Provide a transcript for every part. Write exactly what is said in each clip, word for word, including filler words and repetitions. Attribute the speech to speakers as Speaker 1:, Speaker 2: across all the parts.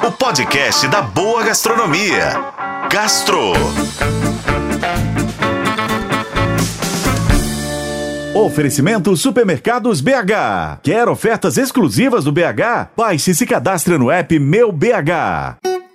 Speaker 1: o podcast da boa gastronomia. Gastro.
Speaker 2: Oferecimento Supermercados B H. Quer ofertas exclusivas do B H? Baixe e se cadastre no app Meu B H.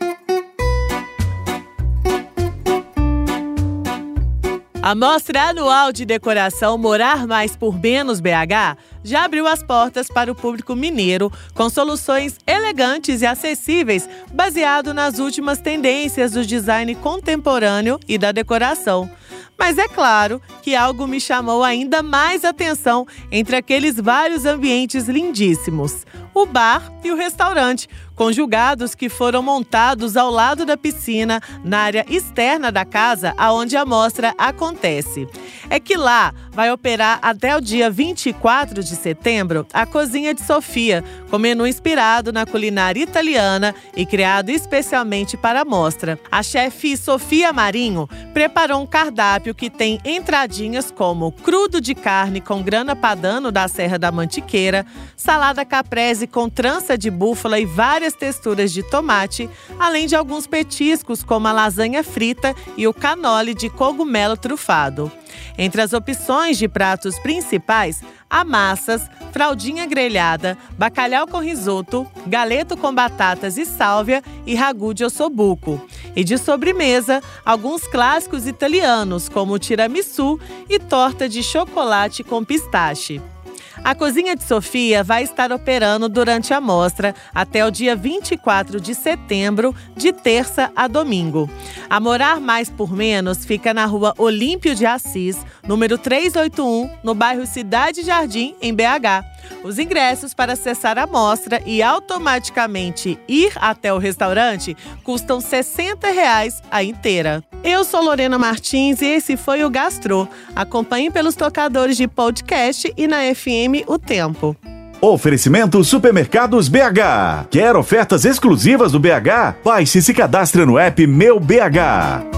Speaker 3: A Mostra Anual de Decoração Morar Mais por Menos B H já abriu as portas para o público mineiro com soluções elegantes e acessíveis baseado nas últimas tendências do design contemporâneo e da decoração. Mas é claro que algo me chamou ainda mais atenção entre aqueles vários ambientes lindíssimos: o bar e o restaurante, conjugados que foram montados ao lado da piscina, na área externa da casa, aonde a mostra acontece. É que lá vai operar até o dia vinte e quatro de setembro a Cozinha de Sofia, com menu inspirado na culinária italiana e criado especialmente para a mostra. A chefe Sofia Marinho preparou um cardápio que tem entradinhas como crudo de carne com grana padano da Serra da Mantiqueira, salada caprese com trança de búfala e várias texturas de tomate, além de alguns petiscos como a lasanha frita e o cannoli de cogumelo trufado. Entre as opções de pratos principais, há massas, fraldinha grelhada, bacalhau com risoto, galeto com batatas e sálvia e ragu de ossobuco. E de sobremesa, alguns clássicos italianos, como o tiramisu e torta de chocolate com pistache. A Cozinha de Sofia vai estar operando durante a mostra até o dia vinte e quatro de setembro, de terça a domingo. A Morar Mais por Menos fica na rua Olímpio de Assis, número trezentos e oitenta e um, no bairro Cidade Jardim, em B H. Os ingressos para acessar a mostra e automaticamente ir até o restaurante custam sessenta reais a inteira. Eu sou Lorena Martins e esse foi o Gastro. Acompanhe pelos tocadores de podcast e na F M O Tempo.
Speaker 2: Oferecimento Supermercados B H. Quer ofertas exclusivas do B H? Baixe e se cadastre no app Meu B H.